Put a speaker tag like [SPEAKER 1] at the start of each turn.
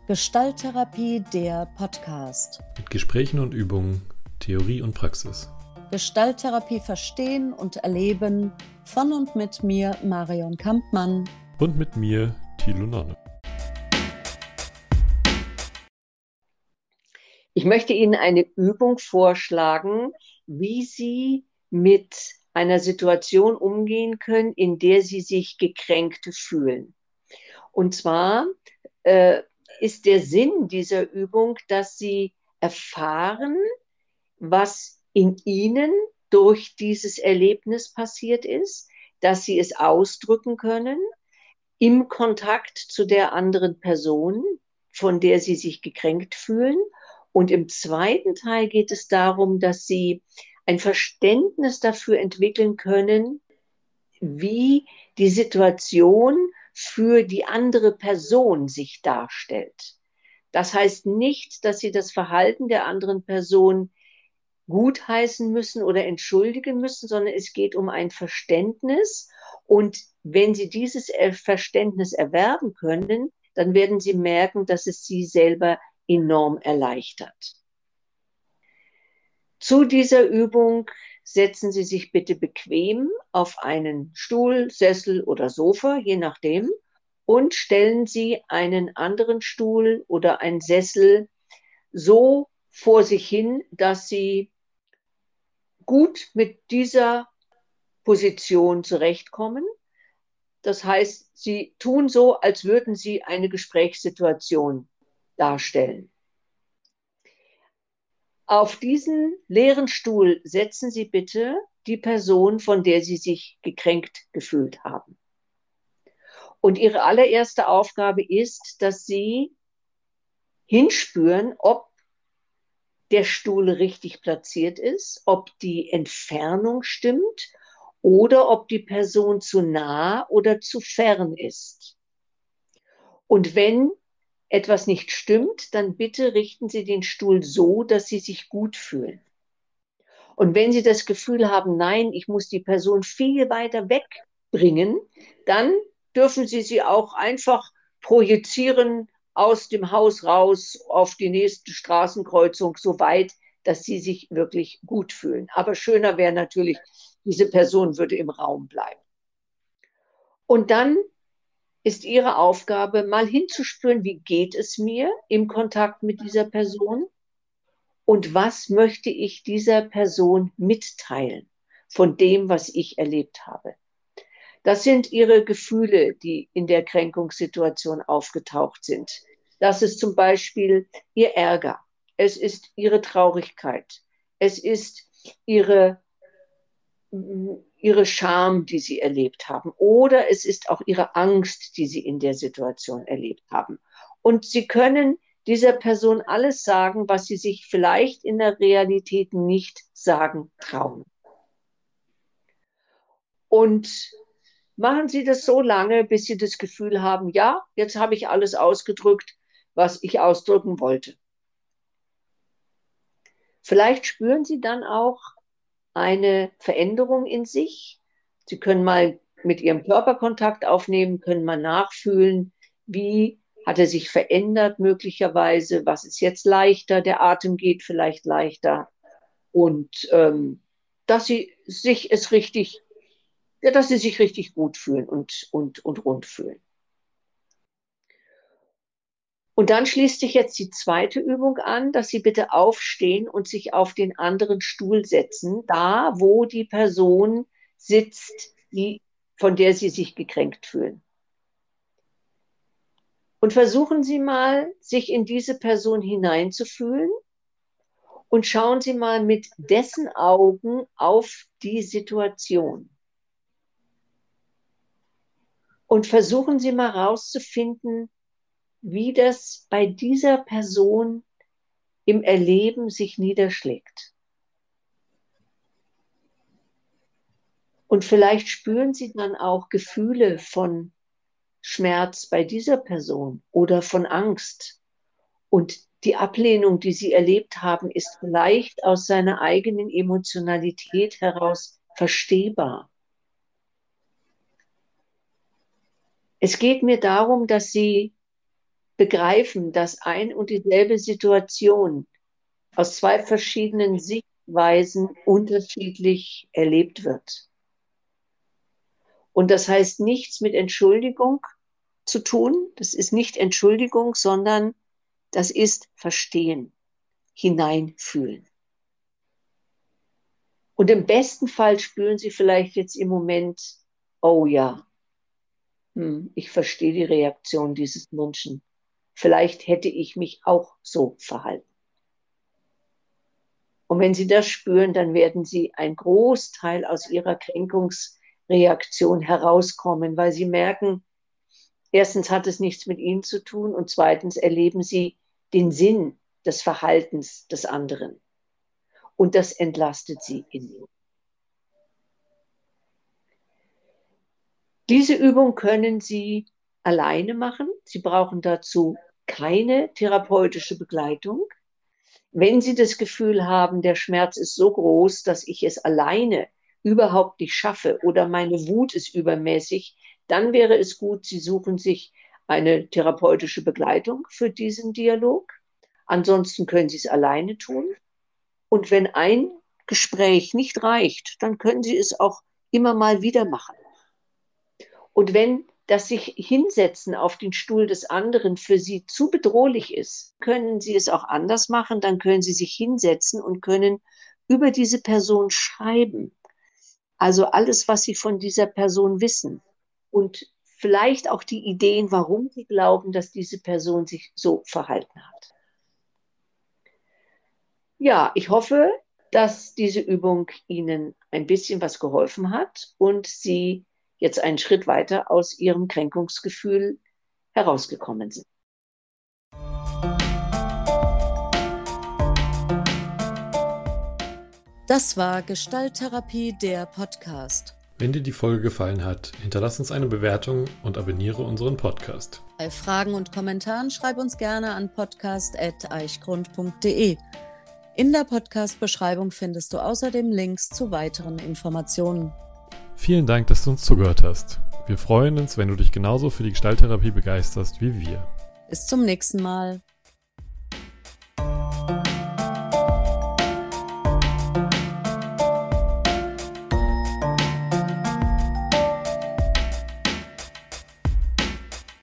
[SPEAKER 1] Gestalttherapie, der Podcast.
[SPEAKER 2] Mit Gesprächen und Übungen, Theorie und Praxis.
[SPEAKER 1] Gestalttherapie verstehen und erleben von und mit mir, Marion Kampmann.
[SPEAKER 2] Und mit mir, Thilo Nonne.
[SPEAKER 3] Ich möchte Ihnen eine Übung vorschlagen, wie Sie mit einer Situation umgehen können, in der Sie sich gekränkt fühlen. Und zwar ist der Sinn dieser Übung, dass Sie erfahren, was in Ihnen durch dieses Erlebnis passiert ist, dass Sie es ausdrücken können im Kontakt zu der anderen Person, von der Sie sich gekränkt fühlen. Und im zweiten Teil geht es darum, dass Sie ein Verständnis dafür entwickeln können, wie die Situation für die andere Person sich darstellt. Das heißt nicht, dass Sie das Verhalten der anderen Person gutheißen müssen oder entschuldigen müssen, sondern es geht um ein Verständnis. Und wenn Sie dieses Verständnis erwerben können, dann werden Sie merken, dass es Sie selber enorm erleichtert. Zu dieser Übung setzen Sie sich bitte bequem auf einen Stuhl, Sessel oder Sofa, je nachdem, und stellen Sie einen anderen Stuhl oder einen Sessel so vor sich hin, dass Sie gut mit dieser Position zurechtkommen. Das heißt, Sie tun so, als würden Sie eine Gesprächssituation darstellen. Auf diesen leeren Stuhl setzen Sie bitte die Person, von der Sie sich gekränkt gefühlt haben. Und Ihre allererste Aufgabe ist, dass Sie hinspüren, ob der Stuhl richtig platziert ist, ob die Entfernung stimmt oder ob die Person zu nah oder zu fern ist. Und wenn etwas nicht stimmt, dann bitte richten Sie den Stuhl so, dass Sie sich gut fühlen. Und wenn Sie das Gefühl haben, nein, ich muss die Person viel weiter wegbringen, dann dürfen Sie sie auch einfach projizieren aus dem Haus raus auf die nächste Straßenkreuzung, so weit, dass Sie sich wirklich gut fühlen. Aber schöner wäre natürlich, diese Person würde im Raum bleiben. Und dann ist Ihre Aufgabe, mal hinzuspüren, wie geht es mir im Kontakt mit dieser Person und was möchte ich dieser Person mitteilen von dem, was ich erlebt habe. Das sind Ihre Gefühle, die in der Kränkungssituation aufgetaucht sind. Das ist zum Beispiel Ihr Ärger, es ist Ihre Traurigkeit, es ist Ihre Scham, die Sie erlebt haben, oder es ist auch Ihre Angst, die Sie in der Situation erlebt haben. Und Sie können dieser Person alles sagen, was Sie sich vielleicht in der Realität nicht sagen trauen. Und machen Sie das so lange, bis Sie das Gefühl haben, ja, jetzt habe ich alles ausgedrückt, was ich ausdrücken wollte. Vielleicht spüren Sie dann auch eine Veränderung in sich. Sie können mal mit Ihrem Körper Kontakt aufnehmen, können mal nachfühlen, wie hat er sich verändert möglicherweise, was ist jetzt leichter, der Atem geht vielleicht leichter und dass Sie sich richtig gut fühlen und rund fühlen. Und dann schließt sich jetzt die zweite Übung an, dass Sie bitte aufstehen und sich auf den anderen Stuhl setzen, da wo die Person sitzt, von der Sie sich gekränkt fühlen. Und versuchen Sie mal, sich in diese Person hineinzufühlen und schauen Sie mal mit dessen Augen auf die Situation. Und versuchen Sie mal herauszufinden, wie das bei dieser Person im Erleben sich niederschlägt. Und vielleicht spüren Sie dann auch Gefühle von Schmerz bei dieser Person oder von Angst. Und die Ablehnung, die Sie erlebt haben, ist vielleicht aus seiner eigenen Emotionalität heraus verstehbar. Es geht mir darum, dass Sie begreifen, dass ein und dieselbe Situation aus zwei verschiedenen Sichtweisen unterschiedlich erlebt wird. Und das heißt nichts mit Entschuldigung zu tun. Das ist nicht Entschuldigung, sondern das ist Verstehen, hineinfühlen. Und im besten Fall spüren Sie vielleicht jetzt im Moment, oh ja, ich verstehe die Reaktion dieses Menschen. Vielleicht hätte ich mich auch so verhalten. Und wenn Sie das spüren, dann werden Sie einen Großteil aus Ihrer Kränkungsreaktion herauskommen, weil Sie merken, erstens hat es nichts mit Ihnen zu tun und zweitens erleben Sie den Sinn des Verhaltens des anderen. Und das entlastet Sie in Ihnen. Diese Übung können Sie alleine machen. Sie brauchen dazu keine therapeutische Begleitung. Wenn Sie das Gefühl haben, der Schmerz ist so groß, dass ich es alleine überhaupt nicht schaffe oder meine Wut ist übermäßig, dann wäre es gut, Sie suchen sich eine therapeutische Begleitung für diesen Dialog. Ansonsten können Sie es alleine tun. Und wenn ein Gespräch nicht reicht, dann können Sie es auch immer mal wieder machen. Und wenn das sich hinsetzen auf den Stuhl des anderen für Sie zu bedrohlich ist, können Sie es auch anders machen. Dann können Sie sich hinsetzen und können über diese Person schreiben. Also alles, was Sie von dieser Person wissen. Und vielleicht auch die Ideen, warum Sie glauben, dass diese Person sich so verhalten hat. Ja, ich hoffe, dass diese Übung Ihnen ein bisschen was geholfen hat und Sie jetzt einen Schritt weiter aus Ihrem Kränkungsgefühl herausgekommen sind.
[SPEAKER 1] Das war Gestalttherapie, der Podcast.
[SPEAKER 2] Wenn dir die Folge gefallen hat, hinterlass uns eine Bewertung und abonniere unseren Podcast.
[SPEAKER 1] Bei Fragen und Kommentaren schreib uns gerne an podcast@eichgrund.de. In der Podcast-Beschreibung findest du außerdem Links zu weiteren Informationen.
[SPEAKER 2] Vielen Dank, dass du uns zugehört hast. Wir freuen uns, wenn du dich genauso für die Gestalttherapie begeisterst wie wir.
[SPEAKER 1] Bis zum nächsten Mal.